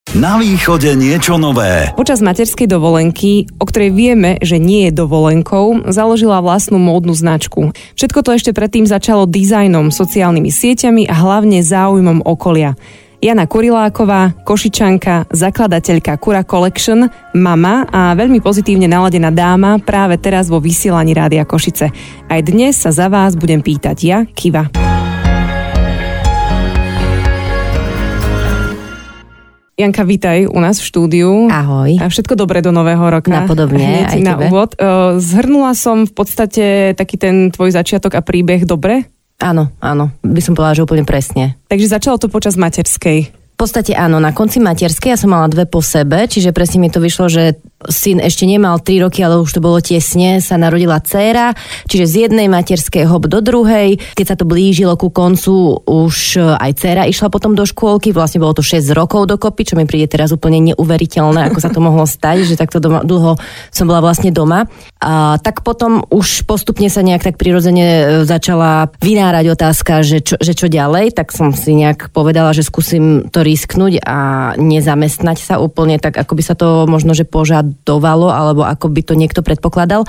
Na východe niečo nové. Počas materskej dovolenky, o ktorej vieme, že nie je dovolenkou, založila vlastnú módnu značku. Všetko to ešte predtým začalo dizajnom, sociálnymi sieťami a hlavne záujmom okolia. Jana Kuriláková, Košičanka, zakladateľka Kura Collection, mama a veľmi pozitívne naladená dáma práve teraz vo vysielaní Rádia Košice. Aj dnes sa za vás budem pýtať ja, Kiva. Janka, vítaj u nás v štúdiu. Ahoj. A všetko dobré do nového roka. Napodobne, aj na tebe. Úvod. Zhrnula som v podstate taký ten tvoj začiatok a príbeh dobre? Áno, by som povedala, že úplne presne. Takže začalo to počas materskej. V podstate áno, na konci materskej ja som mala 2 po sebe, čiže presne mi to vyšlo, že syn ešte nemal 3 roky, ale už to bolo tesne, sa narodila dcéra, čiže z jednej materskej hop do druhej. Keď sa to blížilo ku koncu, už aj dcéra išla potom do škôlky, vlastne bolo to 6 rokov dokopy, čo mi príde teraz úplne neuveriteľné, ako sa to mohlo stať, že takto dlho som bola vlastne doma. A tak potom už postupne sa nejak tak prirodzene začala vynárať otázka, že čo ďalej, tak som si nejak povedala, že skúsim to risknúť a nezamestnať sa úplne tak, ako by sa to možno, že požadovalo, alebo ako by to niekto predpokladal.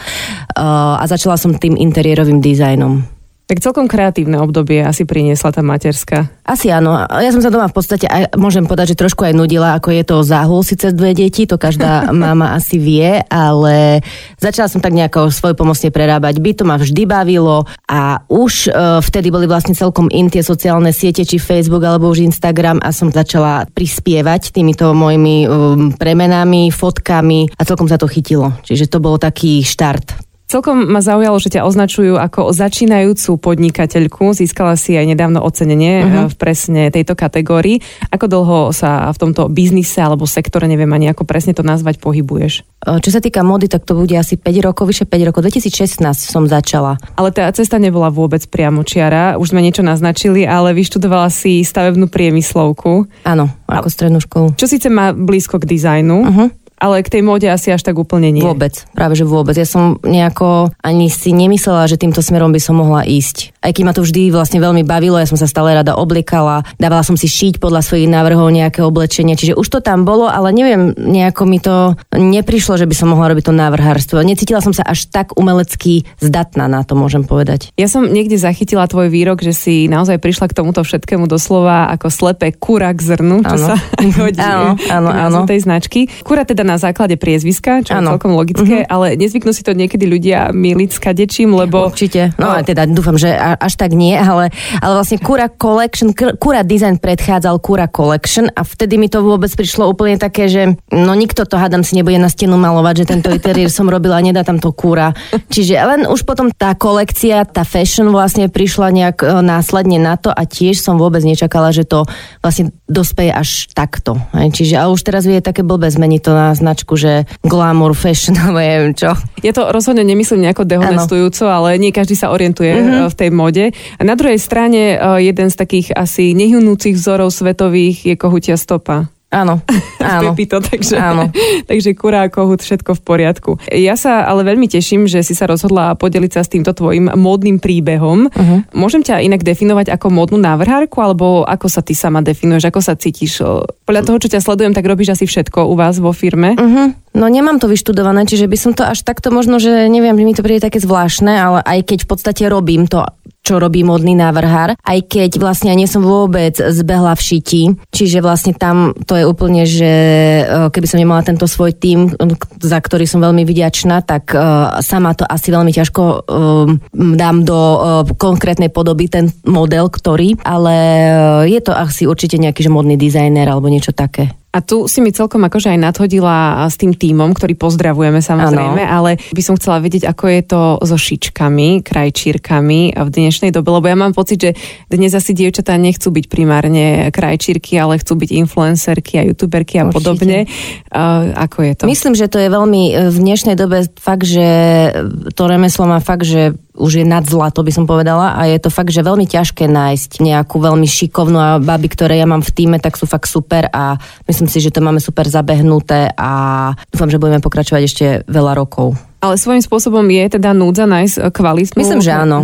A začala som tým interiérovým dizajnom. Tak celkom kreatívne obdobie asi priniesla tá materská. Asi áno. Ja som sa doma v podstate, aj, môžem povedať, že trošku aj nudila, ako je to záhul síce 2 deti, to každá mama asi vie, ale začala som tak nejako svojpomocne prerábať. To ma vždy bavilo a už vtedy boli vlastne celkom in tie sociálne siete, či Facebook alebo už Instagram a som začala prispievať týmito mojimi premenami, fotkami a celkom sa to chytilo. Čiže to bol taký štart. Celkom ma zaujalo, že ťa označujú ako začínajúcu podnikateľku. Získala si aj nedávno ocenenie v presne tejto kategórii. Ako dlho sa v tomto biznise alebo sektore, neviem ani ako presne to nazvať, pohybuješ? Čo sa týka mody, tak to bude asi 5 rokov, vyše 5 rokov. 2016 som začala. Ale tá cesta nebola vôbec priamočiara. Už sme niečo naznačili, ale vyštudovala si stavebnú priemyslovku. Áno, ako strednú školu. Čo síce má blízko k dizajnu, ale k tej móde asi až tak úplne nie. Vôbec, práve že vôbec. Ja som nejako ani si nemyslela, že týmto smerom by som mohla ísť. Aj keď ma to vždy vlastne veľmi bavilo, ja som sa stále rada obliekala, dávala som si šiť podľa svojich návrhov nejaké oblečenie, čiže už to tam bolo, ale neviem, nejako mi to neprišlo, že by som mohla robiť to návrhárstvo. Necítila som sa až tak umelecky zdatná na to, môžem povedať. Ja som niekde zachytila tvoj výrok, že si naozaj prišla k tomuto všetkému doslova ako slepé kura k zrnu, čo sa hodí áno. tej značky. Kura teda na základe priezviska, čo je celkom logické, ale nezvyknú si to niekedy ľudia myliť s kadečím, lebo... Určite, no teda dúfam, že až tak nie, ale vlastne Kura Collection, Kura Design predchádzal Kura Collection a vtedy mi to vôbec prišlo úplne také, že no nikto to hádam si nebude na stenu malovať, že tento interiér som robila a nedá tam to Kura. Čiže len už potom tá kolekcia, tá fashion vlastne prišla nejak následne na to a tiež som vôbec nečakala, že to vlastne dospeje až takto. Čiže a už teraz je také blbé zmeniť to na značku, že glamour, fashion, alebo neviem čo. Ja to rozhodne nemyslím nejako dehonestujúco, ale nie každý sa orientuje v tej mode. A na druhej strane jeden z takých asi nehynúcich vzorov svetových je kohutia stopa. Áno. Pepito, takže Kura a kohút, všetko v poriadku. Ja sa ale veľmi teším, že si sa rozhodla podeliť sa s týmto tvojim módnym príbehom. Môžem ťa inak definovať ako módnu návrhárku, alebo ako sa ty sama definuješ, ako sa cítiš? Podľa toho, čo ťa sledujem, tak robíš asi všetko u vás vo firme. No nemám to vyštudované, čiže by som to až takto možno, že neviem, že mi to príde také zvláštne, ale aj keď v podstate robím to, čo robí módny návrhár, aj keď vlastne nie som vôbec zbehla v šití, čiže vlastne tam to je úplne, že keby som nemala tento svoj tím, za ktorý som veľmi vďačná, tak sama to asi veľmi ťažko dám do konkrétnej podoby ten model, ale je to asi určite nejaký že módny dizajner alebo niečo také. A tu si mi celkom akože aj nadhodila s tým tímom, ktorý pozdravujeme samozrejme, ale by som chcela vedieť, ako je to so šičkami, krajčírkami v dnešnej dobe, lebo ja mám pocit, že dnes asi dievčatá nechcú byť primárne krajčírky, ale chcú byť influencerky a youtuberky a podobne. Ako je to? Myslím, že to je veľmi v dnešnej dobe fakt, že to remeslo má fakt, že už je nad zlato, by som povedala, a je to fakt, že veľmi ťažké nájsť nejakú veľmi šikovnú a baby, ktoré ja mám v tíme, tak sú fakt super a myslím si, že to máme super zabehnuté a dúfam, že budeme pokračovať ešte veľa rokov. Ale svojím spôsobom je teda núdza nájsť kvalitnú? Myslím, že áno.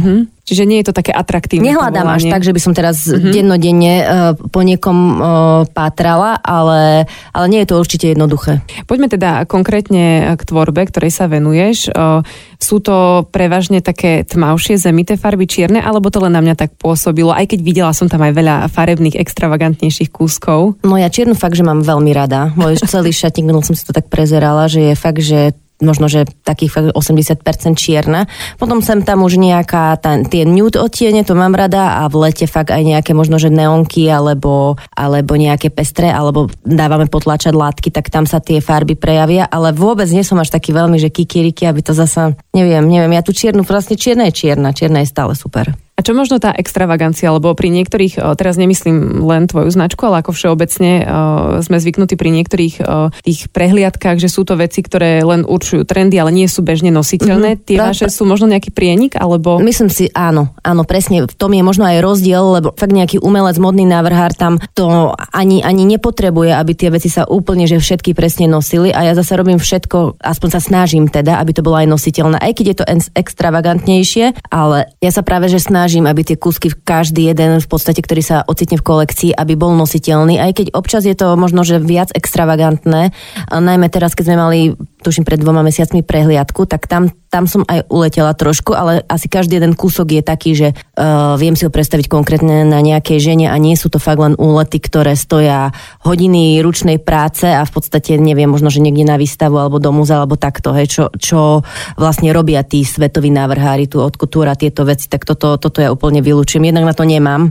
Čiže nie je to také atraktívne. Nehľadám povolanie. až tak, že by som teraz dennodenne po niekom pátrala, ale nie je to určite jednoduché. Poďme teda konkrétne k tvorbe, ktorej sa venuješ. Sú to prevažne také tmavšie, zemité farby, čierne, alebo to len na mňa tak pôsobilo, aj keď videla som tam aj veľa farebných, extravagantnejších kúskov? No ja čiernu fakt, že mám veľmi rada. Môj celý šatník, som si to tak prezerala, že je fakt, že možno, že takých fakt 80% čierna. Potom sem tam už nejaká tie nude odtiene, to mám rada a v lete fakt aj nejaké možno, že neonky alebo nejaké pestré, alebo dávame potlačať látky, tak tam sa tie farby prejavia, ale vôbec nie som až taký veľmi, že kikiriky, aby to zasa, neviem, ja tu čiernu, vlastne čierna je stále super. A čo možno tá extravagancia, lebo pri niektorých, teraz nemyslím len tvoju značku, ale ako všeobecne sme zvyknutí pri niektorých tých prehliadkách, že sú to veci, ktoré len určujú trendy, ale nie sú bežne nositeľné. Tie vaše sú možno nejaký prienik, alebo... Myslím si, áno, presne. V tom je možno aj rozdiel, lebo fakt nejaký umelec, modný návrhár tam to ani nepotrebuje, aby tie veci sa úplne, že všetky presne nosili a ja zase robím všetko, aspoň sa snažím teda, aby to bolo aj nositeľné, aj keď je to extravagantnejšie, ale ja sa práve, že snažím, aby tie kúsky každý jeden v podstate, ktorý sa ocitne v kolekcii, aby bol nositeľný, aj keď občas je to možno, že viac extravagantné, najmä teraz, keď sme mali, tuším, pred 2 mesiacmi prehliadku, tak tam som aj uletela trošku, ale asi každý jeden kúsok je taký, že viem si ho predstaviť konkrétne na nejakej žene a nie sú to fakt len úlety, ktoré stoja hodiny ručnej práce a v podstate neviem, možno, že niekde na výstavu alebo do múzea, alebo takto, hej, čo vlastne robia tí svetoví návrhári, tu od Couture a tieto veci, tak toto ja úplne vylúčim. Jednak na to nemám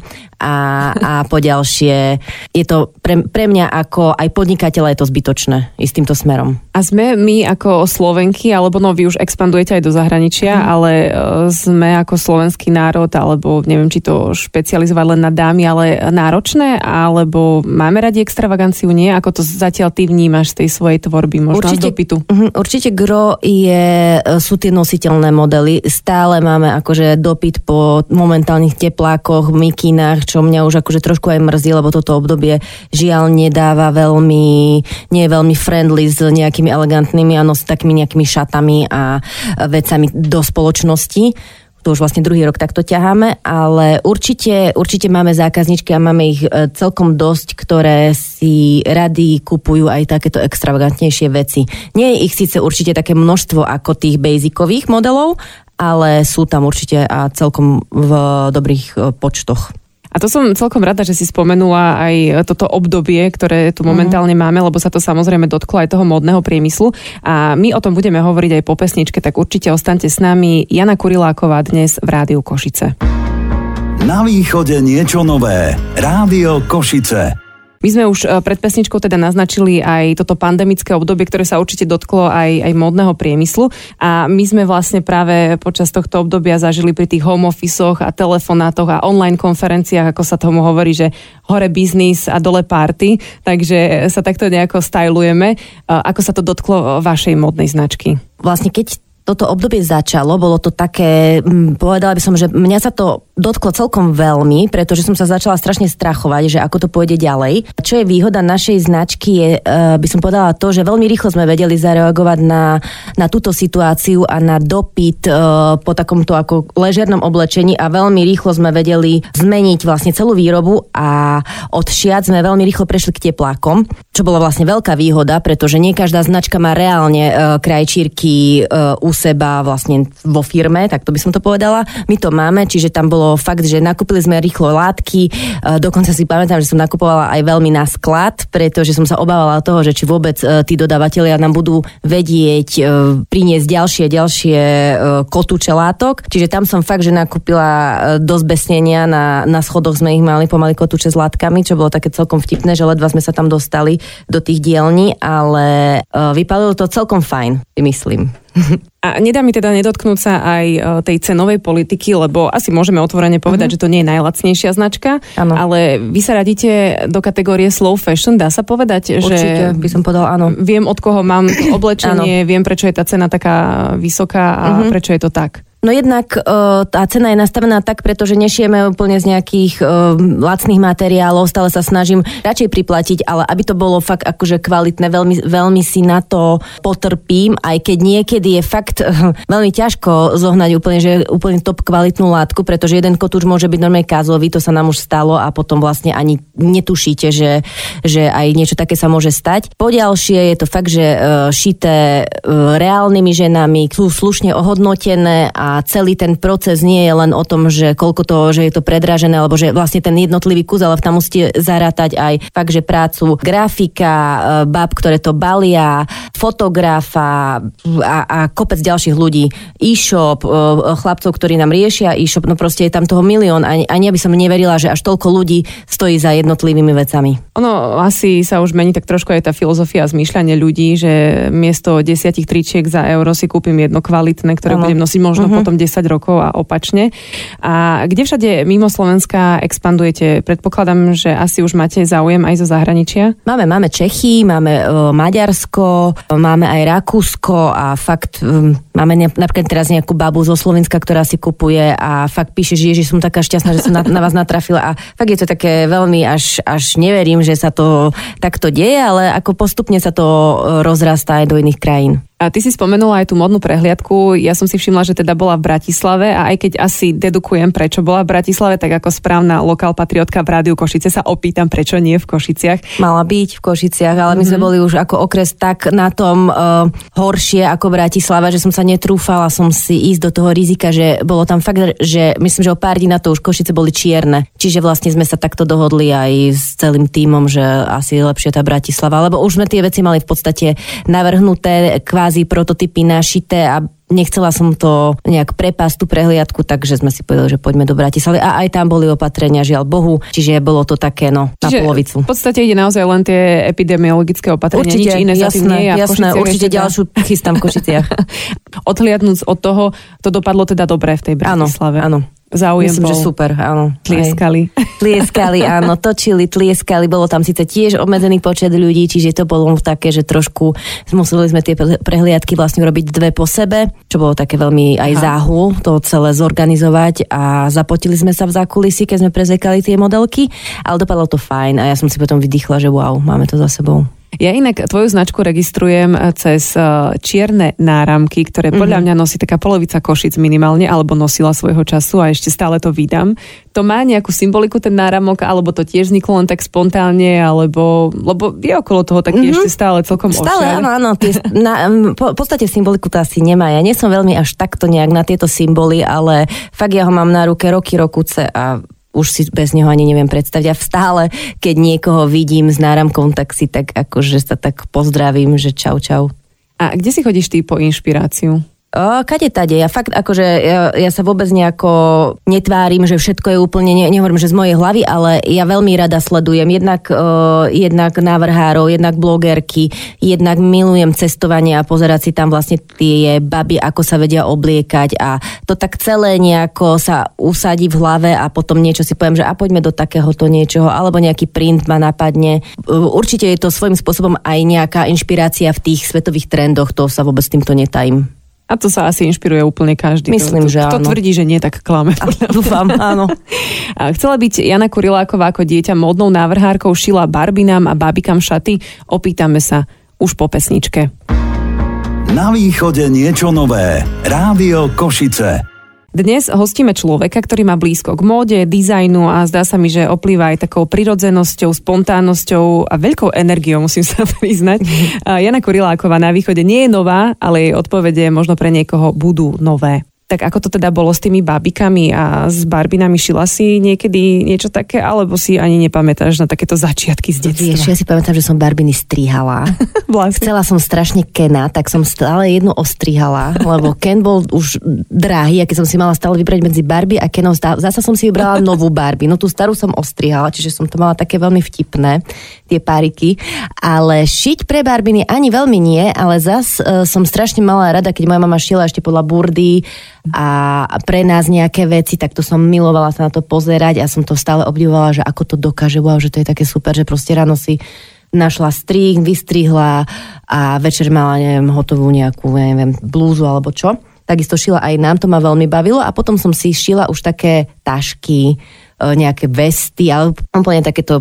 a poďalšie je to pre mňa ako aj podnikateľa je to zbytočné ísť týmto smerom. A sme my ako Slovenky, alebo no vy už expandujete aj do zahraničia, ale sme ako slovenský národ, alebo neviem, či to špecializovať len na dámy, ale náročné, alebo máme radi extravaganciu, nie? Ako to zatiaľ ty vnímaš z tej svojej tvorby, možno z dopytu? Určite gro sú tie nositeľné modely. Stále máme akože dopyt po momentálnych teplákoch, mikinách, čo mňa už akože trošku aj mrzí, lebo toto obdobie žiaľ nie je veľmi friendly s nejakými elegantnými a takými nejakými šatami a vecami do spoločnosti. To už vlastne druhý rok takto ťaháme, ale určite máme zákazničky a máme ich celkom dosť, ktoré si rady kupujú aj takéto extravagantnejšie veci. Nie je ich síce určite také množstvo ako tých basicových modelov, ale sú tam určite a celkom v dobrých počtoch. A to som celkom rada, že si spomenula aj toto obdobie, ktoré tu momentálne máme, lebo sa to samozrejme dotklo aj toho módneho priemyslu. A my o tom budeme hovoriť aj po pesničke, tak určite ostaňte s nami. Jana Kuriláková dnes v Rádiu Košice. Na východe niečo nové. Rádio Košice. My sme už pred pesničkou teda naznačili aj toto pandemické obdobie, ktoré sa určite dotklo aj módneho priemyslu a my sme vlastne práve počas tohto obdobia zažili pri tých home office-och a telefonátoch a online konferenciách, ako sa tomu hovorí, že hore biznis a dole party, takže sa takto nejako stylujeme. Ako sa to dotklo vašej módnej značky? Vlastne keď toto obdobie začalo, bolo to také, povedala by som, že mňa sa to dotklo celkom veľmi, pretože som sa začala strašne strachovať, že ako to pôjde ďalej. Čo je výhoda našej značky je, by som povedala to, že veľmi rýchlo sme vedeli zareagovať na túto situáciu a na dopyt po takomto ako ležernom oblečení a veľmi rýchlo sme vedeli zmeniť vlastne celú výrobu a od šiat sme veľmi rýchlo prešli k teplákom, čo bola vlastne veľká výhoda, pretože nie každá značka má reálne krajčírky u seba vlastne vo firme, tak to by som to povedala. My to máme, čiže tam bolo fakt, že nakúpili sme rýchlo látky, dokonca si pamätám, že som nakupovala aj veľmi na sklad, pretože som sa obávala toho, že či vôbec tí dodavatelia nám budú vedieť priniesť ďalšie kotúče látok, čiže tam som fakt, že nakúpila dosť besnenia, na schodoch sme ich mali pomaly kotúče s látkami, čo bolo také celkom vtipné, že ledva sme sa tam dostali do tých dielní, ale vypadalo to celkom fajn, myslím. A nedá mi teda nedotknúť sa aj tej cenovej politiky, lebo asi môžeme otvorene povedať, že to nie je najlacnejšia značka, ale vy sa radíte do kategórie slow fashion, dá sa povedať? Určite, by som povedala áno. Viem, od koho mám oblečenie, viem, prečo je tá cena taká vysoká a prečo je to tak. No jednak tá cena je nastavená tak, pretože nešijeme úplne z nejakých lacných materiálov, stále sa snažím radšej priplatiť, ale aby to bolo fakt akože kvalitné, veľmi, veľmi si na to potrpím, aj keď niekedy je fakt veľmi ťažko zohnať úplne top kvalitnú látku, pretože jeden kotúč môže byť normálne kázový, to sa nám už stalo a potom vlastne ani netušíte, že aj niečo také sa môže stať. Poďalšie je to fakt, že šité reálnymi ženami, sú slušne ohodnotené a celý ten proces nie je len o tom, že že je to predražené, alebo že vlastne ten jednotlivý kus, ale tam musíte zarátať aj fakt, že prácu grafika, bab, ktoré to balia, fotografa a kopec ďalších ľudí. E-shop, chlapcov, ktorí nám riešia e-shop, no proste je tam toho milión. Ani by som neverila, že až toľko ľudí stojí za jednotlivými vecami. Ono asi sa už mení tak trošku aj tá filozofia a zmýšľanie ľudí, že miesto 10 tričiek za euro si kúpim jedno kvalitné, ktoré budem nosiť možno potom 10 rokov a opačne. A kde všade mimo Slovenska expandujete? Predpokladám, že asi už máte záujem aj zo zahraničia? Máme Čechy, máme Maďarsko, máme aj Rakúsko a fakt máme napríklad teraz nejakú babu zo Slovenska, ktorá si kupuje a fakt píše, že Ježiš, som taká šťastná, že som na vás natrafila a fakt je to také veľmi až neverím, že sa to takto deje, ale ako postupne sa to rozrastá aj do iných krajín. A ty si spomenula aj tú modnú prehliadku. Ja som si všimla, že teda bola v Bratislave a aj keď asi dedukujem, prečo bola v Bratislave, tak ako správna lokál patriotka v Rádiu Košice sa opýtam, prečo nie v Košiciach. Mala byť v Košiciach, ale my sme boli už ako okres tak na tom horšie ako Bratislava, že som sa netrúfala som si ísť do toho rizika, že bolo tam fakt, že myslím, že o pár dní na to už Košice boli čierne. Čiže vlastne sme sa takto dohodli aj s celým tímom, že asi je lepšie tá Bratislava, lebo už sme tie veci mali v podstate navrhnuté, kvázi prototypy našité a nechcela som to nejak prepásť tú prehliadku, takže sme si povedali, že poďme do Bratislavy a aj tam boli opatrenia, žiaľ Bohu, čiže bolo to také na polovicu. V podstate ide naozaj len tie epidemiologické opatrenia, určite, nič iné za tým nie je. Jasné, určite ďalšiu chystám v Košiciach. Odhliadnúc od toho, to dopadlo teda dobre v tej Bratislave. Áno. Záujem myslím, bol. že super, áno. Tlieskali, áno, točili, tlieskali, bolo tam síce tiež obmedzený počet ľudí, čiže to bolo také, že trošku museli sme tie prehliadky vlastne robiť dve po sebe, čo bolo také veľmi aj záhu, to celé zorganizovať a zapotili sme sa v zákulisí, keď sme prezekali tie modelky, ale dopadlo to fajn a ja som si potom vydýchla, že wow, máme to za sebou. Ja inak tvoju značku registrujem cez čierne náramky, ktoré podľa mňa nosí taká polovica Košic minimálne, alebo nosila svojho času a ešte stále to vydám. To má nejakú symboliku ten náramok, alebo to tiež vzniklo len tak spontánne, lebo je okolo toho taký ešte stále celkom ošiar. Stále, áno. V podstate symboliku to asi nemá. Ja nie som veľmi až takto nejak na tieto symboly, ale fakt ja ho mám na ruke roky a už si bez neho ani neviem predstaviť. A stále, keď niekoho vidím s náramkom, tak si tak akože sa tak pozdravím, že čau. A kde si chodíš ty po inšpiráciu? Kade tade, ja fakt akože ja sa vôbec nejako netvárim, že všetko je úplne, nehovorím, že z mojej hlavy, ale ja veľmi rada sledujem jednak návrhárov, jednak blogerky, jednak milujem cestovanie a pozerať si tam vlastne tie baby, ako sa vedia obliekať a to tak celé nejako sa usadí v hlave a potom niečo si poviem, že a poďme do takéhoto niečoho, alebo nejaký print ma napadne. Určite je to svojím spôsobom aj nejaká inšpirácia v tých svetových trendoch, to sa vôbec týmto netajím. A to sa asi inšpiruje úplne každý. Myslím, že áno. Kto tvrdí, že nie, tak klame. Dúfam, áno. A chcela byť Jana Kuriláková ako dieťa módnou návrhárkou, šila Barbinám a bábikám šaty. Opýtame sa už po pesničke. Na východe niečo nové. Rádio Košice. Dnes hostíme človeka, ktorý má blízko k móde, dizajnu a zdá sa mi, že oplýva aj takou prirodzenosťou, spontánnosťou a veľkou energiou, musím sa priznať. Jana Kuriláková na východe nie je nová, ale jej odpovede možno pre niekoho budú nové. Tak ako to teda bolo s tými bábikami a s Barbinami? Šila si niekedy niečo také, alebo si ani nepamätáš na takéto začiatky z detstva? Vieš, ja si pamätám, že som Barbiny strihala. Vlastne. Chcela som strašne Kena, tak som stále jednu ostrihala, lebo Ken bol už drahý a keď som si mala stále vybrať medzi Barbie a Kenom, zasa som si vybrala novú Barbie. No tú starú som ostrihala, čiže som to mala také veľmi vtipné, tie páriky. Ale šiť pre Barbiny ani veľmi nie, ale zas som strašne mala rada, keď moja mama šila ešte podľa burdy a pre nás nejaké veci, tak to som milovala sa na to pozerať a som to stále obdivovala, že ako to dokáže, wow, že to je také super, že proste ráno si našla strih, vystrihla a večer mala, neviem, hotovú nejakú, neviem, blúzu alebo čo. takisto šila aj nám, to ma veľmi bavilo a potom som si šila už také tašky, nejaké vesty, ale úplne takéto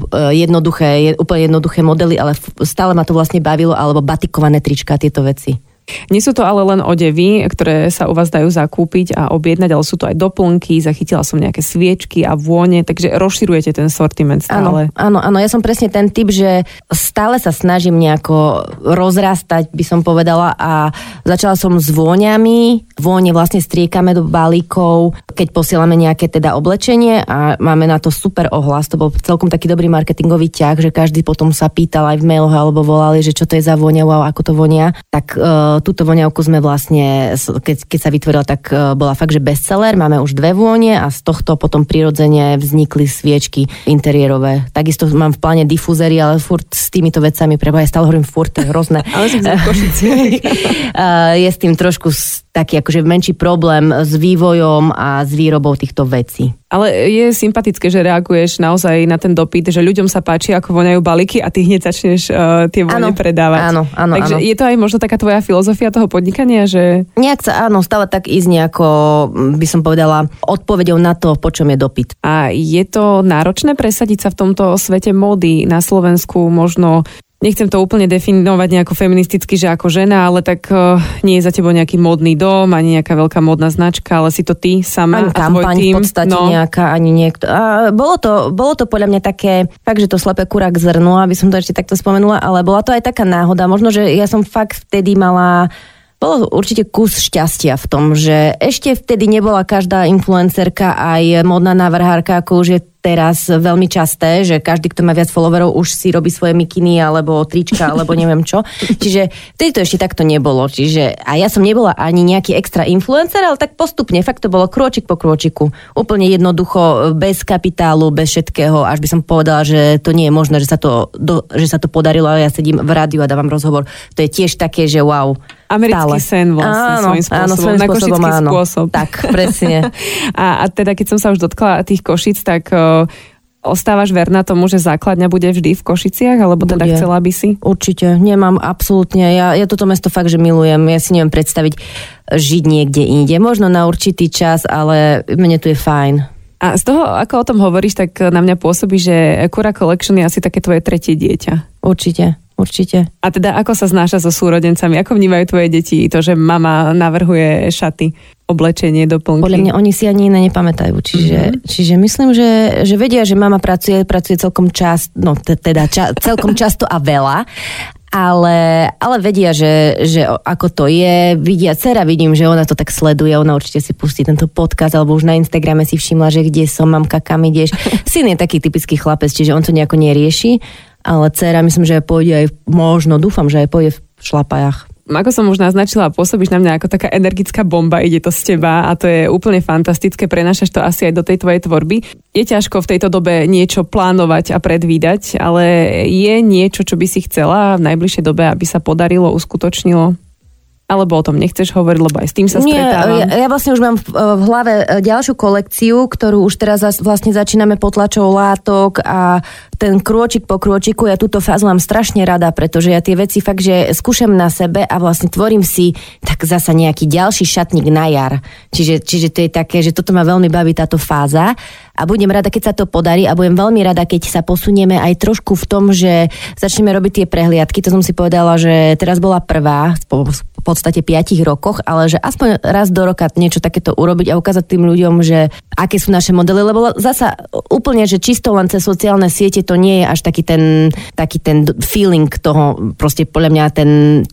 úplne jednoduché modely, ale stále ma to vlastne bavilo, alebo batikované trička, tieto veci. Nie sú to ale len odevy, ktoré sa u vás dajú zakúpiť a objednať, ale sú to aj doplnky, zachytila som nejaké sviečky a vône, takže rozširujete ten sortiment stále. Áno, ja som presne ten typ, že stále sa snažím nejako rozrastať, by som povedala, a začala som s vôňami, vône vlastne striekame do balíkov, keď posielame nejaké teda oblečenie a máme na to super ohlas, to bol celkom taký dobrý marketingový ťah, že každý potom sa pýtal aj v mailoch alebo volali, že čo to je za vôňa, wow, ako to vonia, tak túto voňavku sme vlastne, keď sa vytvorila, tak bola fakt, že bestseller. Máme už 2 vône a z tohto potom prirodzene vznikli sviečky interiérové. Takisto mám v pláne difúzery, ale furt s týmito vecami, ja stále hovorím furt, to je hrozné. Ale som v Košici. Je s tým trošku taký akože menší problém s vývojom a s výrobou týchto vecí. Ale je sympatické, že reaguješ naozaj na ten dopyt, že ľuďom sa páči, ako voňajú balíky a ty hneď začneš tie vône predávať. Áno. Takže je to aj možno taká tvoja filozofia toho podnikania, že... Nejak sa, stále tak ísť nejako, by som povedala, odpoveďou na to, po čom je dopyt. A je to náročné presadiť sa v tomto svete módy na Slovensku, možno... Nechcem to úplne definovať nejako feministicky, že ako žena, ale tak nie je za tebou nejaký módny dom, ani nejaká veľká módna značka, ale si to ty sama a tvoj tým. V podstate nejaká, ani niekto. A bolo to podľa mňa také, fakt, že to slepé kurák zrno, aby som to ešte takto spomenula, ale bola to aj taká náhoda. Možno, že ja som fakt vtedy bolo určite kus šťastia v tom, že ešte vtedy nebola každá influencerka aj módna návrhárka, ako už je teraz veľmi časté, že každý, kto má viac followerov, už si robí svoje mikiny alebo trička, alebo neviem čo. Čiže vtedy to ešte takto nebolo. A ja som nebola ani nejaký extra influencer, ale tak postupne, fakt to bolo krôčik po krôčiku. Úplne jednoducho, bez kapitálu, bez všetkého, až by som povedala, že to nie je možné, že sa to podarilo, ale ja sedím v rádiu a dávam rozhovor. To je tiež také, že wow. Americký sen vlastne svojím spôsobom. Na košický spôsob. Tak, presne. a teda, keď som sa už dotkla tých Košic, tak ostávaš verná tomu, že základňa bude vždy v Košiciach, alebo teda chcela by si? Určite, nemám absolútne. Ja toto mesto fakt, že milujem. Ja si neviem predstaviť žiť niekde inde. Možno na určitý čas, ale mne tu je fajn. A z toho, ako o tom hovoríš, tak na mňa pôsobí, že Kura Collection je asi také tvoje tretie dieťa. Určite. A teda ako sa znáša so súrodencami? Ako vnímajú tvoje deti to, že mama navrhuje šaty, oblečenie, doplnky? Podľa mňa oni si ani iné nepamätajú. Čiže myslím, že vedia, že mama pracuje celkom celkom často a veľa. Ale vedia, že ako to je, dcera vidím, že ona to tak sleduje, ona určite si pustí tento podcast, alebo už na Instagrame si všimla, že kde som, mamka, kam ideš. Syn je taký typický chlapec, čiže on to nejako nerieši, ale dcera myslím, že pôjde aj, dúfam, že aj pôjde v šlapajach. Ako som už naznačila, pôsobíš na mňa ako taká energická bomba, ide to z teba a to je úplne fantastické, prenášaš to asi aj do tej tvojej tvorby. Je ťažko v tejto dobe niečo plánovať a predvídať, ale je niečo, čo by si chcela v najbližšej dobe, aby sa podarilo, uskutočnilo? Alebo o tom nechceš hovoriť, lebo aj s tým sa stretávam? Ja vlastne už mám v hlave ďalšiu kolekciu, ktorú už teraz vlastne začíname potlačou látok a ten krôčik po krôčiku, ja túto fázu mám strašne rada, pretože ja tie veci fakt, že skúšam na sebe a vlastne tvorím si tak zasa nejaký ďalší šatník na jar. Čiže to je také, že toto ma veľmi baví táto fáza a budem rada, keď sa to podarí a budem veľmi rada, keď sa posunieme aj trošku v tom, že začneme robiť tie prehliadky. To som si povedala, že teraz bola prvá v podstate 5 rokoch, ale že aspoň raz do roka niečo takéto urobiť a ukázať tým ľuďom, že aké sú naše modely, lebo zasa úplne, že čisto len cez sociálne siete to nie je až taký ten feeling toho, proste podľa mňa ten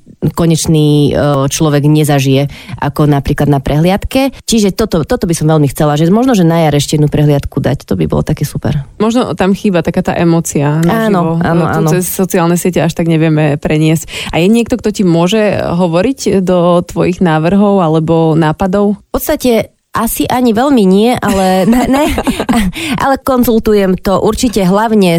konečný človek nezažije, ako napríklad na prehliadke. Čiže toto by som veľmi chcela, že možno, že na jar ešte jednu prehliadku dať, to by bolo také super. Možno tam chýba taká tá emócia naživo. Áno. Cez sociálne siete až tak nevieme preniesť. A je niekto, kto ti môže hovoriť do tvojich návrhov alebo nápadov? V podstate asi ani veľmi nie, ale ale konzultujem to určite hlavne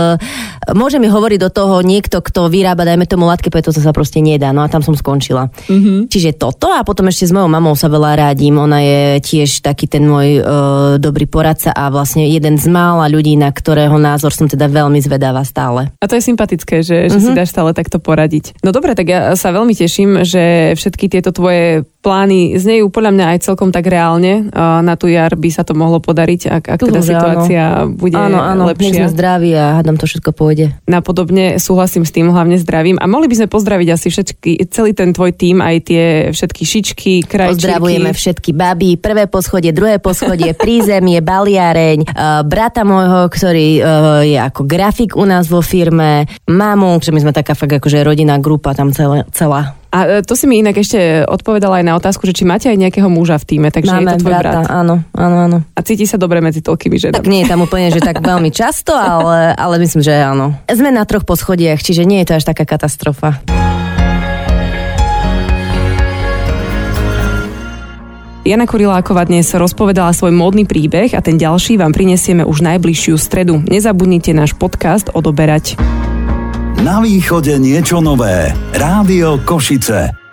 môže mi hovoriť do toho niekto, kto vyrába, dajme tomu látky, pretože to sa proste nedá, no a tam som skončila. Mm-hmm. Čiže toto a potom ešte s mojou mamou sa veľa radím, ona je tiež taký ten môj dobrý poradca a vlastne jeden z mála ľudí, na ktorého názor som teda veľmi zvedavá stále. A to je sympatické, že si dáš stále takto poradiť. No dobre, tak ja sa veľmi teším, že všetky tieto tvoje plány znejú podľa mňa aj celkom tak reálne. Na tú jar by sa to mohlo podariť, ak teda situácia bude lepšia. Nech sme zdraví a hádam to všetko pôjde. Napodobne súhlasím s tým, hlavne zdravím. A mohli by sme pozdraviť asi celý ten tvoj tím, aj tie všetky šičky, krajčíky. Pozdravujeme všetky baby, prvé poschodie, druhé poschodie, prízemie, baliareň, brata môjho, ktorý je ako grafik u nás vo firme, mamu, že my sme taká fakt akože rodinná grupa tam celá. A to si mi inak ešte odpovedala aj na otázku, že či máte aj nejakého muža v tíme, takže máme je to tvoj brata, brat. Áno. A cíti sa dobre medzi toľkými ženami. Tak nie je tam úplne, že tak veľmi často, ale myslím, že áno. Sme na 3 poschodiach, čiže nie je to až taká katastrofa. Jana Kuriláková dnes rozpovedala svoj módny príbeh a ten ďalší vám prinesieme už najbližšiu stredu. Nezabudnite náš podcast odoberať. Na východe niečo nové. Rádio Košice.